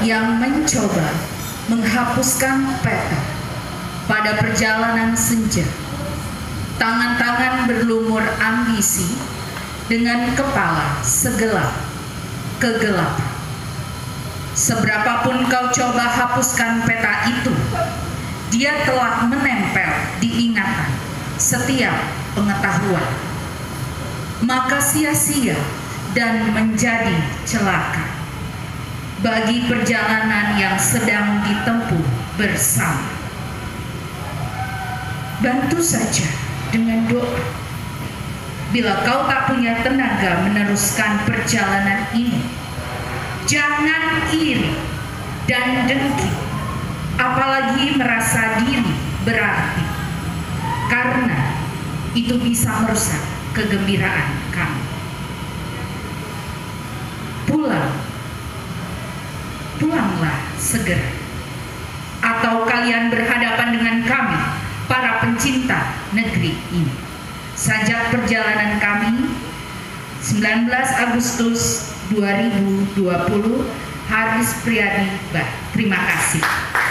yang mencoba menghapuskan peta pada perjalanan senja. Tangan-tangan berlumur ambisi dengan kepala segelap kegelapan. Seberapapun kau coba hapuskan peta itu, dia telah menempel di ingatan setiap pengetahuan. Maka sia-sia dan menjadi celaka bagi perjalanan yang sedang ditempuh bersama. Bantu saja dengan doa. Bila kau tak punya tenaga meneruskan perjalanan ini, jangan iri dan dengki, apalagi merasa diri berarti, karena itu bisa merusak kegembiraan kami. Pulanglah segera, atau kalian berhadapan dengan kami, para pencinta negeri ini. Sajak perjalanan kami 19 Agustus 2020, Haris Priyadi. Terima kasih.